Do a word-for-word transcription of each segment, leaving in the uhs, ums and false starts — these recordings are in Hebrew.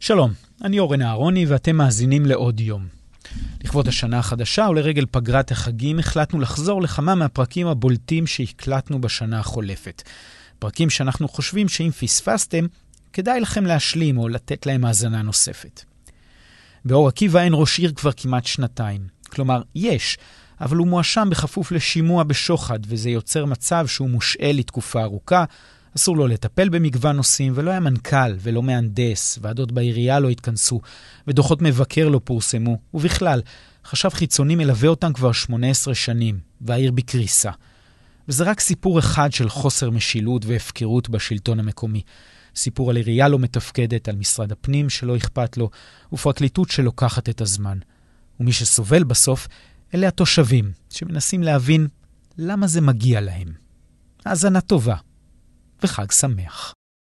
שלום, אני אורן אהרוני ואתם מאזינים לעוד יום. לכבוד השנה החדשה ולרגל פגרת החגים החלטנו לחזור לכמה מהפרקים הבולטים שהקלטנו בשנה החולפת. פרקים שאנחנו חושבים שאם פספסתם, כדאי לכם להשלים או לתת להם האזנה נוספת. באור עקיבא אין ראש עיר כבר כמעט שנתיים. כלומר, יש, אבל הוא מואשם בכפוף לשימוע בשוחד, וזה יוצר מצב שהוא מושאל לתקופה ארוכה, אסור לו לטפל במגוון נושאים, ולא היה מנכ"ל ולא מהנדס, ועדות בעירייה לא התכנסו, ודוחות מבקר לא פורסמו, ובכלל, חשב חיצוני מלווה אותם כבר שמונה עשרה שנים, והעיר בקריסה. וזה רק סיפור אחד של חוסר משילות והפקרות בשלטון המקומי. סיפור על עירייה לא מתפקדת, על משרד הפנים שלא אכפת לו, ופרקליטות שלוקחת את הזמן. ומי שסובל בסוף, אלה התושבים, שמנסים להבין למה זה מגיע להם. האזנה טובה. וחג שמח.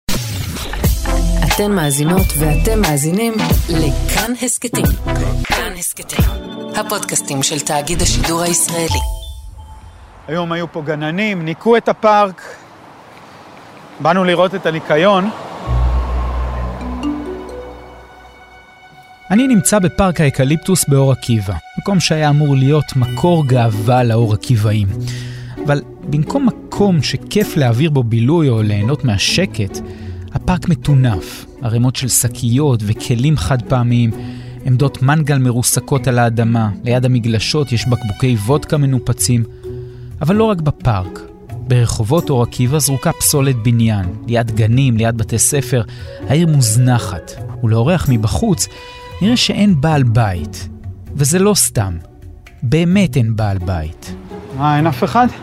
אתן מאזינות ואתם מאזינים לכאן הסקטים. כאן הסקטים, הפודקאסטים של תאגיד השידור הישראלי. היום היו פה גננים, ניקו את הפארק. באנו לראות את הניקיון. אני נמצא בפארק האקליפטוס באור עקיבא, מקום שהיה אמור להיות מקור גאווה לאור עקיבאים. אבל במקום מקום שכיף להעביר בו בילוי או ליהנות מהשקט, הפארק מטונף, ערימות של שקיות וכלים חד פעמיים, עמדות מנגל מרוסקות על האדמה, ליד המגלשות יש בקבוקי וודקה מנופצים, אבל לא רק בפארק. ברחובות אור עקיבא זרוקה פסולת בניין, ליד גנים, ליד בתי ספר, העיר מוזנחת, ולאורח מבחוץ נראה שאין בעל בית, וזה לא סתם, באמת אין בעל בית. מה, אין אף אחד?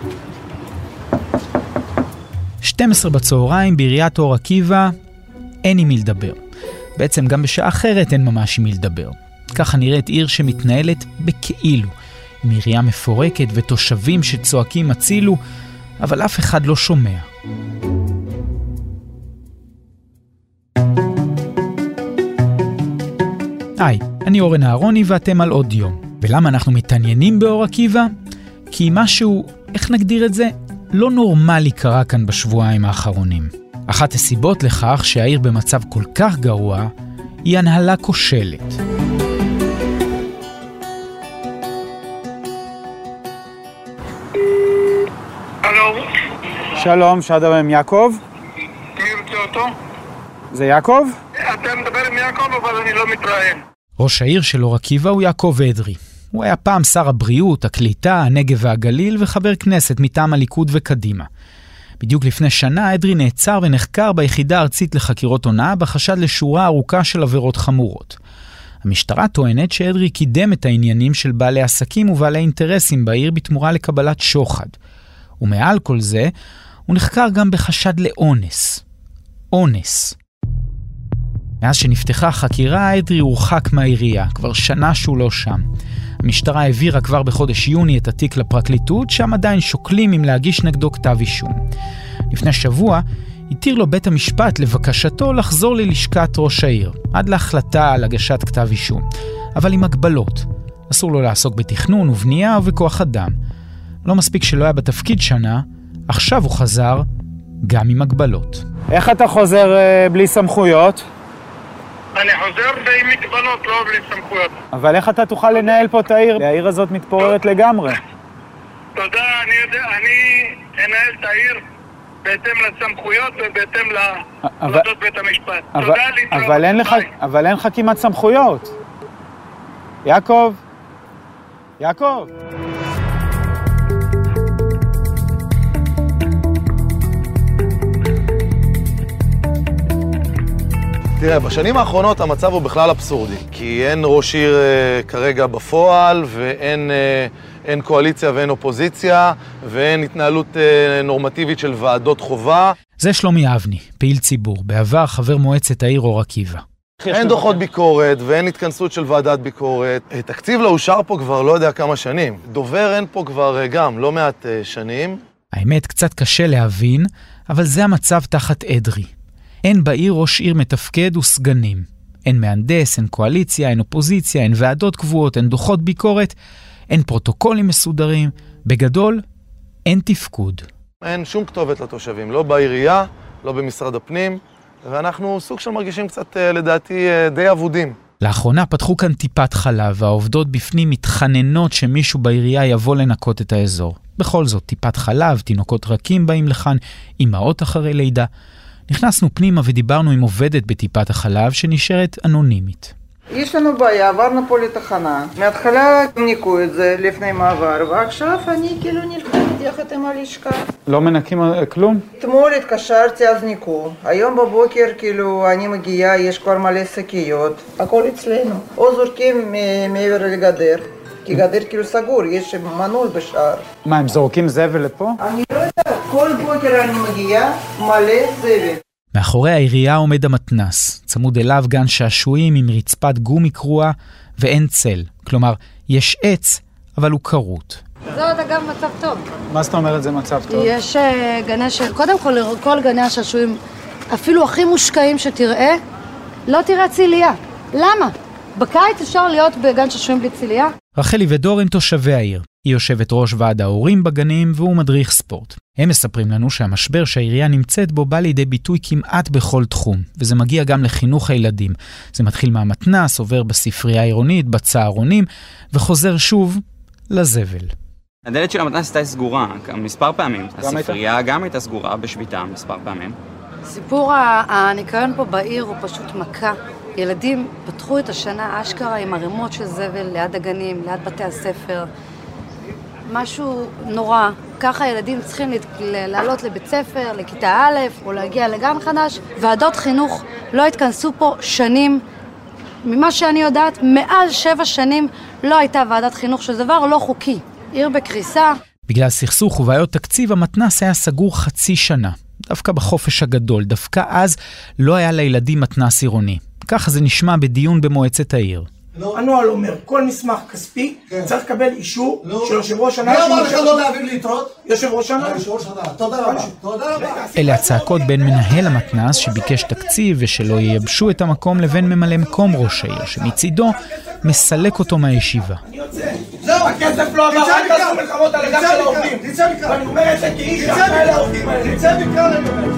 שתים עשרה בצהריים בעיריית אור עקיבא אין עם מי לדבר. בעצם גם בשעה אחרת אין ממש עם מי לדבר. ככה נראית עיר שמתנהלת בכאילו, עם עירייה מפורקת ותושבים שצועקים הצילו, אבל אף אחד לא שומע. היי, אני אורן אהרוני ואתם על עוד יום. ולמה אנחנו מתעניינים באור עקיבא? כי משהו, איך נגדיר את זה, לא נורמלי קרה כאן בשבועיים האחרונים. אחת הסיבות לכך שהעיר במצב כל כך גרוע, היא הנהלה כושלת. הלו? שלום, שדבר עם יעקב? מי רוצה אותו? זה יעקב? אתה מדבר עם יעקב, אבל אני לא מתראיין. ראש העיר של אור עקיבא הוא יעקב אדרי. הוא היה פעם שר הבריאות, הקליטה, הנגב והגליל וחבר כנסת מטעם הליכוד וקדימה. בדיוק לפני שנה אדרי נעצר ונחקר ביחידה הארצית לחקירות הונאה בחשד לשורה ארוכה של עבירות חמורות. המשטרה טוענת שאדרי קידם את העניינים של בעלי עסקים ובעלי אינטרסים בעיר בתמורה לקבלת שוחד. ומעל כל זה הוא נחקר גם בחשד לאונס. אונס. מאז שנפתחה החקירה, אדרי הורחק מהעירייה, כבר שנה שהוא לא שם. המשטרה העבירה כבר בחודש יוני את התיק לפרקליטות, שם עדיין שוקלים אם להגיש נגדו כתב אישום. לפני שבוע, התיר לו בית המשפט לבקשתו לחזור ללשכת ראש העיר, עד להחלטה על הגשת כתב אישום, אבל עם הגבלות. אסור לו לעסוק בתכנון ובנייה ובכוח אדם. לא מספיק שלא היה בתפקיד שנה, עכשיו הוא חזר גם עם הגבלות. איך אתה חוזר אה, בלי סמכויות? אני חוזר די מגבלות, לא בלי סמכויות. אבל איך אתה תוכל לנהל פה את העיר? העיר הזאת מתפוררת לגמרי. תודה, אני יודע, אני אנהל את העיר בהתאם לסמכויות ובהתאם להחלטות בית המשפט. אבל, תודה לי. אבל, אין לך, אבל אין לך כמעט סמכויות. יעקב? יעקב? תראה, בשנים האחרונות המצב הוא בכלל אבסורדי, כי אין ראש עיר אה, כרגע בפועל, ואין אה, אין קואליציה ואין אופוזיציה, ואין התנהלות אה, נורמטיבית של ועדות חובה. זה שלומי אבני, פעיל ציבור, בעבר חבר מועצת העיר אור עקיבא. אין דוחות ביקורת ואין התכנסות של ועדת ביקורת. תקציב לא אושר פה כבר לא יודע כמה שנים. דובר אין פה כבר גם לא מעט אה, שנים. האמת קצת קשה להבין, אבל זה המצב תחת אדרי. אין בעיר ראש עיר מתפקד וסגנים. אין מהנדס, אין קואליציה, אין אופוזיציה, אין ועדות קבועות, אין דוחות ביקורת, אין פרוטוקולים מסודרים. בגדול, אין תפקוד. אין שום כתובת לתושבים, לא בעירייה, לא במשרד הפנים, ואנחנו סוג של מרגישים קצת, לדעתי, די אבודים. לאחרונה פתחו כאן טיפת חלב, והעובדות בפנים מתחננות שמישהו בעירייה יבוא לנקות את האזור. בכל זאת, טיפת חלב, תינוקות רכים באים לכאן, אמהות אחרי לידה. נכנסנו פנימה ודיברנו עם עובדת בטיפת החלב שנשארת אנונימית. יש לנו בעיה, עברנו פה לתחנה. מההתחלה ניקו את זה לפני מעבר, ועכשיו אני כאילו נלחמת יחד עם הלשכה. לא מנקים כלום? אתמול התקשרתי, אז ניקו. היום בבוקר כאילו אני מגיעה, יש כבר מלא שקיות. הכל אצלנו. או זורקים מעבר לגדר, כי גדר כאילו סגור, יש מנעול בשער. מה, הם זורקים זבל לפה? אני לא יודעת, כל בוקר אני מגיעה, מלא זבל. מאחורי העירייה עומד המתנס, צמוד אליו גן שעשועים עם רצפת גומי קרועה ואין צל. כלומר, יש עץ, אבל הוא קרות. זה עוד אגב מצב טוב. מה זאת אומרת זה מצב טוב? יש uh, גני ש... קודם כל, כל גני השעשועים, אפילו הכי מושקעים שתראה, לא תראה ציליה. למה? בקיץ אפשר להיות בגן שעשועים בלי ציליה? רחלי ודור הם תושבי העיר. היא יושבת ראש ועד ההורים בגנים והוא מדריך ספורט. הם מספרים לנו שהמשבר שהעירייה נמצאת בו בא לידי ביטוי כמעט בכל תחום, וזה מגיע גם לחינוך הילדים. זה מתחיל מהמתנ"ס, עובר בספרייה העירונית, בצהרונים, וחוזר שוב לזבל. הדלת של המתנ"ס הייתה סגורה מספר פעמים. הספרייה גם הייתה סגורה בשביתה מספר פעמים. סיפור הניקיון פה בעיר הוא פשוט מכה. ילדים פתחו את השנה אשכרה עם ערימות של זבל ליד הגנים, ליד בתי הספר. משהו נורא. ככה ילדים צריכים לעלות לבית ספר, לכיתה א', או להגיע לגן חדש. ועדות חינוך לא התכנסו פה שנים. ממה שאני יודעת, מעל שבע שנים לא הייתה ועדת חינוך, שזה דבר לא חוקי. עיר בקריסה. בגלל סכסוך ובעיות תקציב, המתנ"ס היה סגור חצי שנה. דווקא בחופש הגדול, דווקא אז לא היה לילדים מתנ"ס עירוני. ככה זה נשמע בדיון במועצת העיר. הנוהל אומר, כל מסמך כספי צריך לקבל אישור של יושב ראש הנהלה. מי אמר לך לא להעביר ליתרות? יושב ראש הנהלה. תודה רבה. תודה רבה. אלה הצעקות בין מנהל המתנ"ס שביקש תקציב ושלא ייבשו את המקום לבין ממלא מקום ראש העיר, שמצידו מסלק אותו מהישיבה. זהו, הכסף לא עבר, אל תעשו מלחמות על הגב של העובדים. ואני אומר את זה כאיש שאחראי לעובדים האלה. תצא מכאן לגבי.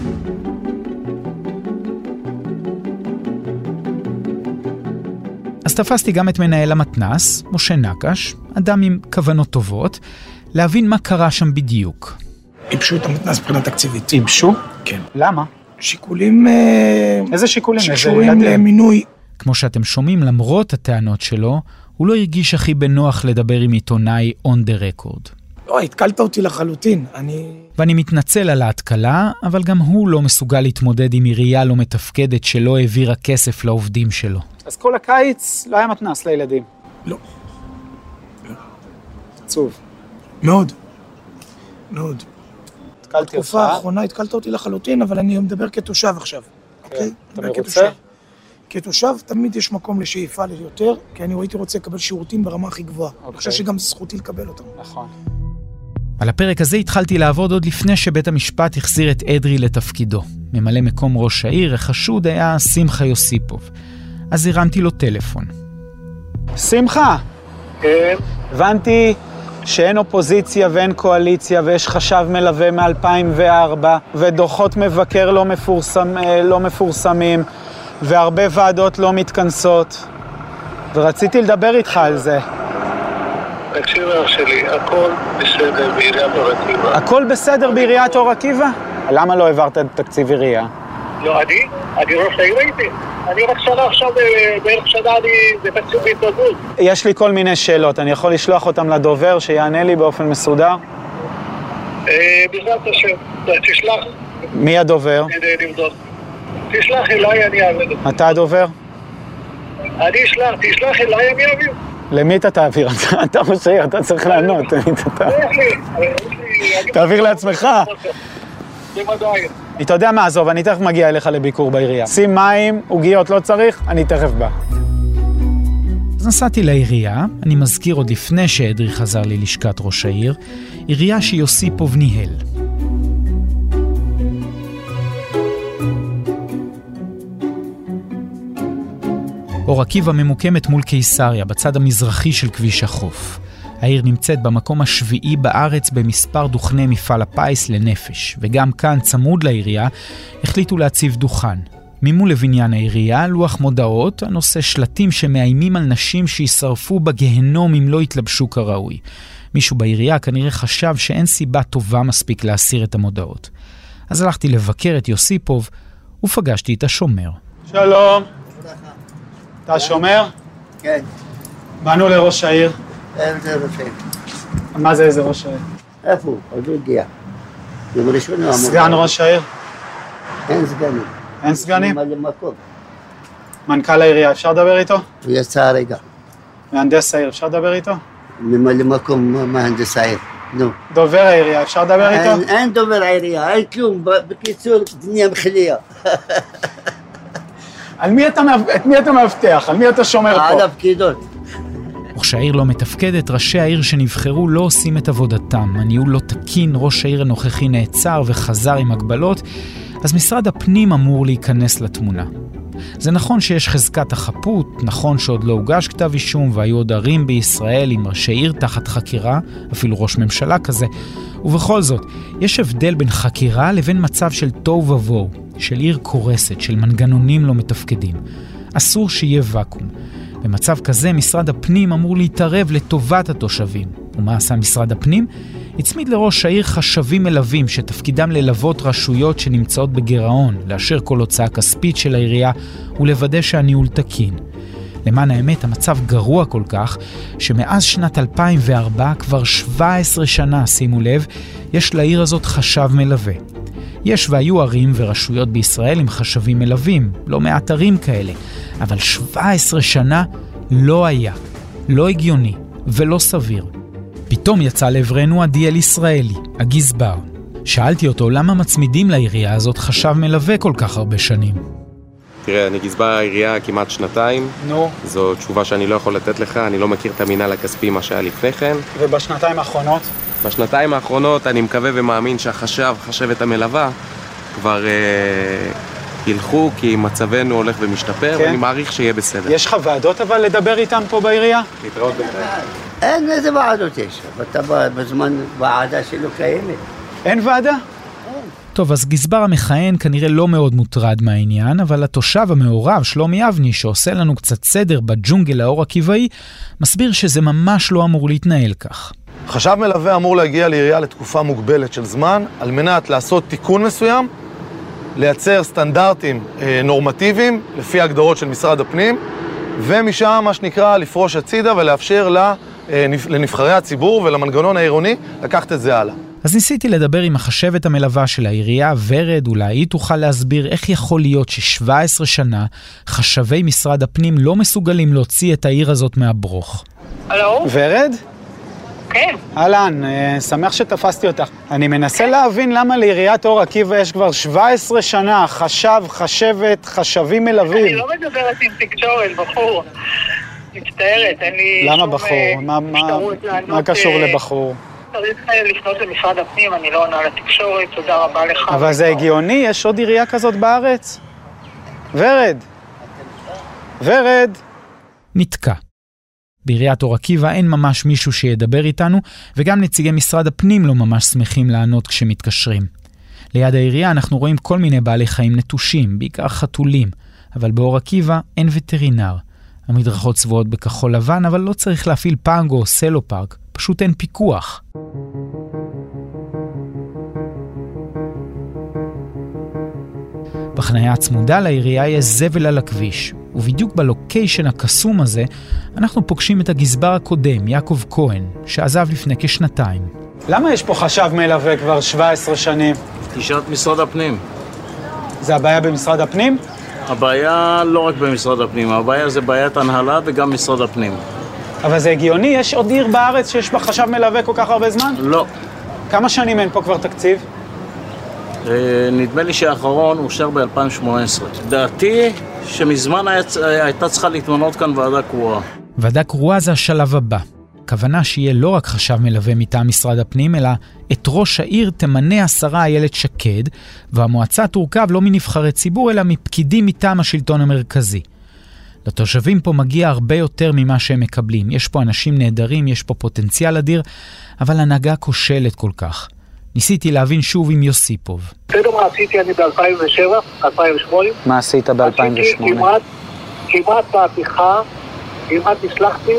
אז תפסתי גם את מנהל המתנ"ס, משה נקש, אדם עם כוונות טובות, להבין מה קרה שם בדיוק. איבשו את המתנ"ס מבחינה תקציבית. איבשו? כן. למה? שיקולים... איזה שיקולים? שקשורים למינוי. כמו שאתם שומעים, למרות הטענות שלו, הוא לא הרגיש הכי בנוח לדבר עם עיתונאי on the record. לא, התקלת אותי לחלוטין. אני... ואני מתנצל על ההתקלה, אבל גם הוא לא מסוגל להתמודד עם עירייה לא מתפקדת שלא העבירה כסף לעובדים שלו. אז כל הקיץ לא היה מתנ"ס לילדים. לא. לא. עצוב. מאוד. מאוד. התקלתי אותך. בתקופה האחרונה התקלת אותי לחלוטין, אבל אני מדבר כתושב עכשיו. אוקיי? אתה מרוצה? כתושב תמיד יש מקום לשאיפה ליותר, כי אני הייתי רוצה לקבל שירותים ברמה הכי גבוהה. אני חושב שגם זכותי לקבל אותם. נכון. על הפרק הזה התחלתי לעבוד עוד לפני שבית המשפט החזיר את אדרי לתפקידו. ממלא מקום ראש העיר, החשוד היה שמחה יוסיפוב. אז הרמתי לו טלפון. שמחה! כן? הבנתי שאין אופוזיציה ואין קואליציה ויש חשב מלווה מ-אלפיים וארבע ודוחות מבקר לא, מפורסם, לא מפורסמים והרבה ועדות לא מתכנסות ורציתי לדבר איתך על זה. תקשיב אח שלי, הכל בסדר בעיריית אור עקיבא. הכל בסדר בעיריית אור עקיבא? למה לא העברת את תקציב עירייה? לא, אני? אני ראש העיר הייתי. אני רק שנה עכשיו, בערך שנה אני בתקציב בהתנדבות. יש לי כל מיני שאלות, אני יכול לשלוח אותם לדובר שיענה לי באופן מסודר? בעזרת השם, תשלח. מי הדובר? תשלח אליי, אני אעביר. אתה הדובר? אני אשלח, תשלח אליי, אני אעביר. למי אתה תעביר? אתה ראש העיר, אתה צריך לענות. תעביר לעצמך. אתה יודע מה, עזוב, אני תכף מגיע אליך לביקור בעירייה. שים מים, עוגיות לא צריך, אני תכף בא. אז נסעתי לעירייה, אני מזכיר עוד לפני שאדרי חזר ללשכת ראש העיר, עירייה שיוסיפוב ניהל. אור עקיבא ממוקמת מול קיסריה, בצד המזרחי של כביש החוף. העיר נמצאת במקום השביעי בארץ במספר דוכני מפעל הפיס לנפש, וגם כאן צמוד לעירייה החליטו להציב דוכן. ממול לבניין העירייה, לוח מודעות, הנושא שלטים שמאיימים על נשים שישרפו בגהנום אם לא יתלבשו כראוי. מישהו בעירייה כנראה חשב שאין סיבה טובה מספיק להסיר את המודעות. אז הלכתי לבקר את יוסיפוב ופגשתי את השומר. שלום. אתה שומר? כן. באנו לראש העיר. איזה ראש העיר? מה זה איזה ראש העיר? איפה? עוד לא הגיע. סגן ראש העיר? אין סגנים. אין סגנים? ממלא מקום. מנכ"ל העירייה, אפשר לדבר איתו? הוא יצא הרגע. מהנדס העיר, אפשר לדבר איתו? ממלא מקום מהנדס העיר. נו. דובר העירייה, אפשר לדבר איתו? אין דובר העירייה, אין כלום. בקיצור, דניה מחליה. על מי אתה, את מי אתה מבטח? על מי אתה שומר פה? על הפקידות. וכשהעיר לא מתפקדת, ראשי העיר שנבחרו לא עושים את עבודתם. הניהול לא תקין, ראש העיר הנוכחי נעצר וחזר עם הגבלות, אז משרד הפנים אמור להיכנס לתמונה. זה נכון שיש חזקת החפות, נכון שעוד לא הוגש כתב אישום, והיו עוד ערים בישראל עם ראשי עיר תחת חקירה, אפילו ראש ממשלה כזה, ובכל זאת, יש הבדל בין חקירה לבין מצב של תוהו ובוהו, של עיר קורסת, של מנגנונים לא מתפקדים. אסור שיהיה וקום. במצב כזה משרד הפנים אמור להתערב לטובת התושבים. ומה עשה משרד הפנים? הצמיד לראש העיר חשבים מלווים שתפקידם ללוות רשויות שנמצאות בגירעון, לאשר כל הוצאה כספית של העירייה ולוודא שהניהול תקין. למען האמת, המצב גרוע כל כך שמאז שנת אלפיים וארבע, כבר שבע עשרה שנה, שימו לב, יש לעיר הזאת חשב מלווה. יש והיו ערים ורשויות בישראל עם חשבים מלווים, לא מעט ערים כאלה, אבל שבע עשרה שנה לא היה, לא הגיוני ולא סביר. פתאום יצא לעברנו עדיאל ישראלי, הגזבר. שאלתי אותו למה מצמידים לעירייה הזאת חשב מלווה כל כך הרבה שנים. תראה, אני גזבר העירייה כמעט שנתיים. נו. זו תשובה שאני לא יכול לתת לך, אני לא מכיר את המינהל הכספי מה שהיה לפני כן. ובשנתיים האחרונות? בשנתיים האחרונות אני מקווה ומאמין שהחשב, חשבת המלווה, כבר אה, ילכו כי מצבנו הולך ומשתפר, כן. ואני מעריך שיהיה בסדר. יש לך ועדות אבל לדבר איתם פה בעירייה? להתראות בינתיים. אין איזה ועדות יש, אתה בזמן ועדה שלא קיימת. אין ועדה? טוב, אז גזבר המכהן כנראה לא מאוד מוטרד מהעניין, אבל התושב המעורב, שלומי אבני, שעושה לנו קצת סדר בג'ונגל האור עקיבאי, מסביר שזה ממש לא אמור להתנהל כך. חשב מלווה אמור להגיע לעירייה לתקופה מוגבלת של זמן, על מנת לעשות תיקון מסוים, לייצר סטנדרטים אה, נורמטיביים, לפי ההגדרות של משרד הפנים, ומשם מה שנקרא לפרוש הצידה ולאפשר לה, אה, לנבחרי הציבור ולמנגנון העירוני לקחת את זה הלאה. אז ניסיתי לדבר עם החשבת המלווה של העירייה, ורד, אולי היא תוכל להסביר איך יכול להיות ש-שבע עשרה שנה חשבי משרד הפנים לא מסוגלים להוציא את העיר הזאת מהברוך. הלו? ורד? כן. אהלן, שמח שתפסתי אותך. אני מנסה להבין למה לעיריית אור עקיבא יש כבר שבע עשרה שנה חשב, חשבת, חשבים מלווים. אני לא מדברת עם תקשורת, בחור. מצטערת, אין לי למה שום בחור? מה, מה, מה קשור לבחור? צריך לפנות למשרד הפנים, אני לא עונה לתקשורת, תודה רבה לך. אבל זה הגיוני, יש עוד עירייה כזאת בארץ? ורד. ורד. נתקע. בעיריית אור עקיבא אין ממש מישהו שידבר איתנו, וגם נציגי משרד הפנים לא ממש שמחים לענות כשמתקשרים. ליד העירייה אנחנו רואים כל מיני בעלי חיים נטושים, בעיקר חתולים, אבל באור עקיבא אין וטרינר. המדרכות צבועות בכחול לבן, אבל לא צריך להפעיל פאנגו או סלו פארק, פשוט אין פיקוח. בחניה הצמודה לעירייה יש זבל על הכביש, ובדיוק בלוקיישן הקסום הזה אנחנו פוגשים את הגזבר הקודם, יעקב כהן, שעזב לפני כשנתיים. למה יש פה חשב מלווה כבר שבע עשרה שנים? תשאל משרד הפנים. זה הבעיה במשרד הפנים? הבעיה לא רק במשרד הפנים, הבעיה זה בעיית הנהלה וגם משרד הפנים. אבל זה הגיוני? יש עוד עיר בארץ שיש בה חשב מלווה כל כך הרבה זמן? לא. כמה שנים אין פה כבר תקציב? נדמה לי שהאחרון אושר ב-אלפיים שמונה עשרה. דעתי שמזמן הייתה צריכה להתמנות כאן ועדה קרואה. ועדה קרואה זה השלב הבא. הכוונה שיהיה לא רק חשב מלווה מטעם משרד הפנים, אלא את ראש העיר תמנה השרה איילת שקד, והמועצה תורכב לא מנבחרי ציבור, אלא מפקידים מטעם השלטון המרכזי. לתושבים פה מגיע הרבה יותר ממה שהם מקבלים. יש פה אנשים נהדרים, יש פה פוטנציאל אדיר, אבל הנהגה כושלת כל כך. ניסיתי להבין שוב עם יוסיפוב. תדעו מה עשיתי אני ב-אלפיים ושבע, אלפיים ושמונה. מה עשית ב-אלפיים ושמונה? עשיתי כמעט, כמעט מהפכה, כמעט הצלחתי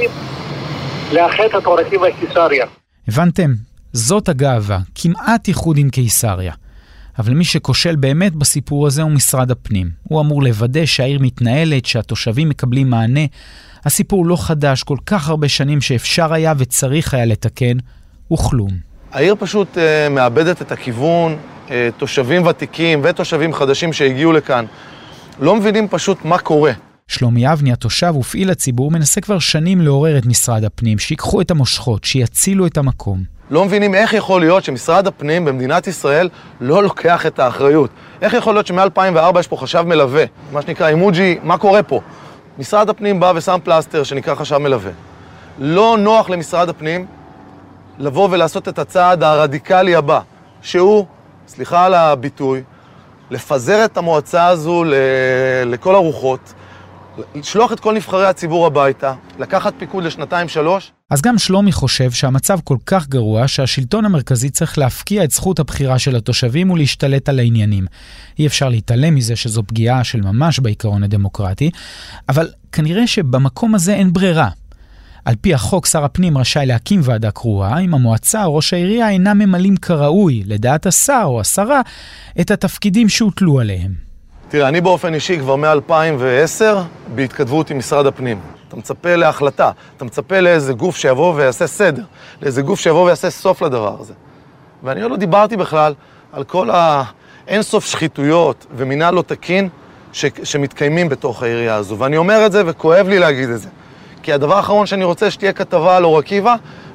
לאחד את אור-עקיבא וקיסריה. הבנתם? זאת הגאווה, כמעט איחוד עם קיסריה. אבל מי שכושל באמת בסיפור הזה הוא משרד הפנים. הוא אמור לוודא שהעיר מתנהלת, שהתושבים מקבלים מענה. הסיפור לא חדש, כל כך הרבה שנים שאפשר היה וצריך היה לתקן, וכלום. העיר פשוט uh, מאבדת את הכיוון, uh, תושבים ותיקים ותושבים חדשים שהגיעו לכאן, לא מבינים פשוט מה קורה. שלומי אבני, התושב ופעיל הציבור, מנסה כבר שנים לעורר את משרד הפנים, שיקחו את המושכות, שיצילו את המקום. לא מבינים איך יכול להיות שמשרד הפנים במדינת ישראל לא לוקח את האחריות. איך יכול להיות שמ-אלפיים וארבע יש פה חשב מלווה, מה שנקרא אימוג'י, מה קורה פה? משרד הפנים בא ושם פלסטר שנקרא חשב מלווה. לא נוח למשרד הפנים לבוא ולעשות את הצעד הרדיקלי הבא, שהוא, סליחה על הביטוי, לפזר את המועצה הזו ל- לכל הרוחות, לשלוח את כל נבחרי הציבור הביתה, לקחת פיקוד לשנתיים שלוש. אז גם שלומי חושב שהמצב כל כך גרוע שהשלטון המרכזי צריך להפקיע את זכות הבחירה של התושבים ולהשתלט על העניינים. אי אפשר להתעלם מזה שזו פגיעה של ממש בעיקרון הדמוקרטי, אבל כנראה שבמקום הזה אין ברירה. על פי החוק, שר הפנים רשאי להקים ועדה קרואה, אם המועצה או ראש העירייה אינם ממלאים כראוי, לדעת השר או השרה, את התפקידים שהוטלו עליהם. תראה, אני באופן אישי כבר מ-אלפיים ועשר בהתכתבות עם משרד הפנים. אתה מצפה להחלטה, אתה מצפה לאיזה גוף שיבוא ויעשה סדר, לאיזה גוף שיבוא ויעשה סוף לדבר הזה. ואני לא דיברתי בכלל על כל האינסוף שחיתויות ומינהל לא תקין ש- שמתקיימים בתוך העירייה הזו. ואני אומר את זה וכואב לי להגיד את זה. כי הדבר האחרון שאני רוצה שתהיה כתבה על אור-עקיבא,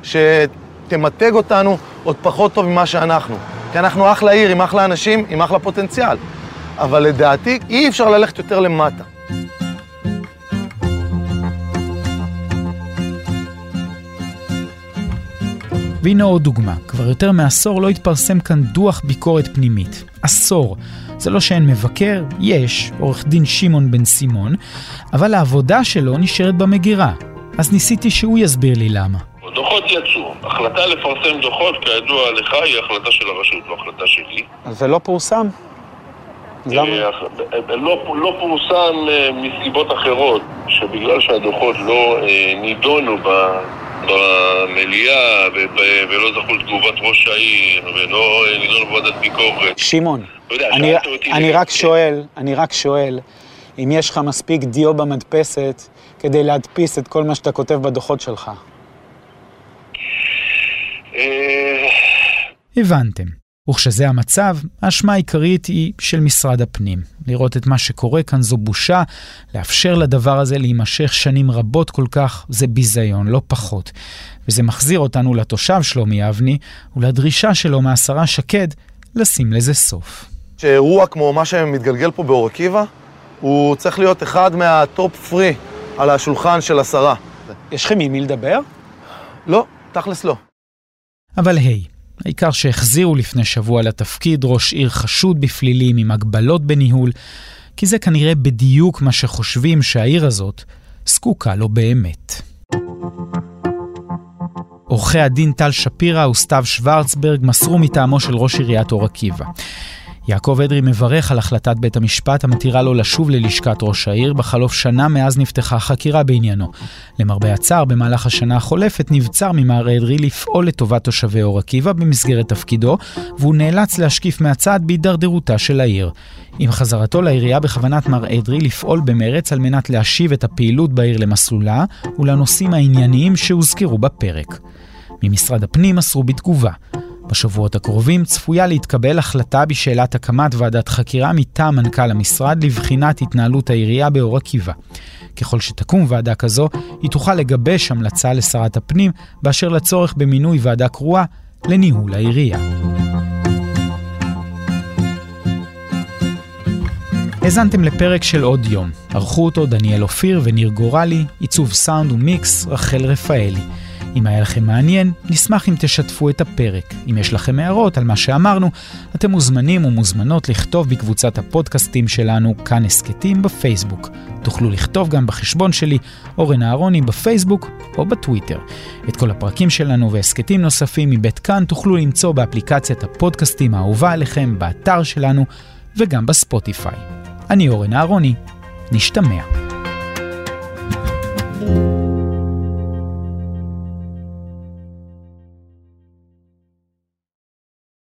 שתמתג אותנו עוד פחות טוב ממה שאנחנו. כי אנחנו אחלה עיר, עם אחלה אנשים, עם אחלה פוטנציאל. אבל לדעתי אי אפשר ללכת יותר למטה. והנה עוד דוגמה, כבר יותר מעשור לא התפרסם כאן דוח ביקורת פנימית. עשור. זה לא שאין מבקר, יש, עורך דין שמעון בן סימון, אבל העבודה שלו נשארת במגירה. אז ניסיתי שהוא יסביר לי למה. דוחות יצאו. החלטה לפרסם דוחות, כידוע לך, היא החלטה של הרשות, לא החלטה שלי. אז זה לא פורסם? לא פורסם מסיבות אחרות, שבגלל שהדוחות לא נידונו במליאה ולא זכו לתגובת ראש העיר ולא נידונו בוועדת ביקורת. שמעון, אני רק שואל, אני רק שואל, אם יש לך מספיק דיו במדפסת כדי להדפיס את כל מה שאתה כותב בדוחות שלך. הבנתם. וכשזה המצב, האשמה העיקרית היא של משרד הפנים. לראות את מה שקורה כאן זו בושה, לאפשר לדבר הזה להימשך שנים רבות כל כך, זה ביזיון, לא פחות. וזה מחזיר אותנו לתושב שלומי אבני, ולדרישה שלו מהשרה שקד, לשים לזה סוף. שאירוע כמו מה שמתגלגל פה באור-עקיבא, הוא צריך להיות אחד מהטופ פרי על השולחן של השרה. יש לכם עם מי לדבר? לא, תכלס לא. אבל היי, העיקר שהחזירו לפני שבוע לתפקיד ראש עיר חשוד בפלילים עם הגבלות בניהול, כי זה כנראה בדיוק מה שחושבים שהעיר הזאת זקוקה לו באמת. עורכי הדין טל שפירא וסתיו שוורצברג מסרו מטעמו של ראש עיריית אור-עקיבא. יעקב אדרי מברך על החלטת בית המשפט המתירה לו לשוב ללשכת ראש העיר בחלוף שנה מאז נפתחה חקירה בעניינו. למרבה הצער, במהלך השנה החולפת נבצר ממר אדרי לפעול לטובת תושבי אור-עקיבא במסגרת תפקידו, והוא נאלץ להשקיף מהצד בהידרדרותה של העיר. עם חזרתו לעירייה בכוונת מר אדרי לפעול במרץ על מנת להשיב את הפעילות בעיר למסלולה ולנושאים הענייניים שהוזכרו בפרק. ממשרד הפנים מסרו בתגובה. בשבועות הקרובים צפויה להתקבל החלטה בשאלת הקמת ועדת חקירה מטעם מנכ"ל המשרד לבחינת התנהלות העירייה באור-עקיבא. ככל שתקום ועדה כזו, היא תוכל לגבש המלצה לשרת הפנים באשר לצורך במינוי ועדה קרואה לניהול העירייה. הזנתם לפרק של עוד יום. ערכו אותו דניאל אופיר וניר גורלי, עיצוב סאונד ומיקס רחל רפאלי. אם היה לכם מעניין, נשמח אם תשתפו את הפרק. אם יש לכם הערות על מה שאמרנו, אתם מוזמנים ומוזמנות לכתוב בקבוצת הפודקאסטים שלנו כאן הסקטים בפייסבוק. תוכלו לכתוב גם בחשבון שלי, אורן אהרוני, בפייסבוק או בטוויטר. את כל הפרקים שלנו והסקטים נוספים מבית כאן תוכלו למצוא באפליקציית הפודקאסטים האהובה עליכם, באתר שלנו וגם בספוטיפיי. אני אורן אהרוני, נשתמע.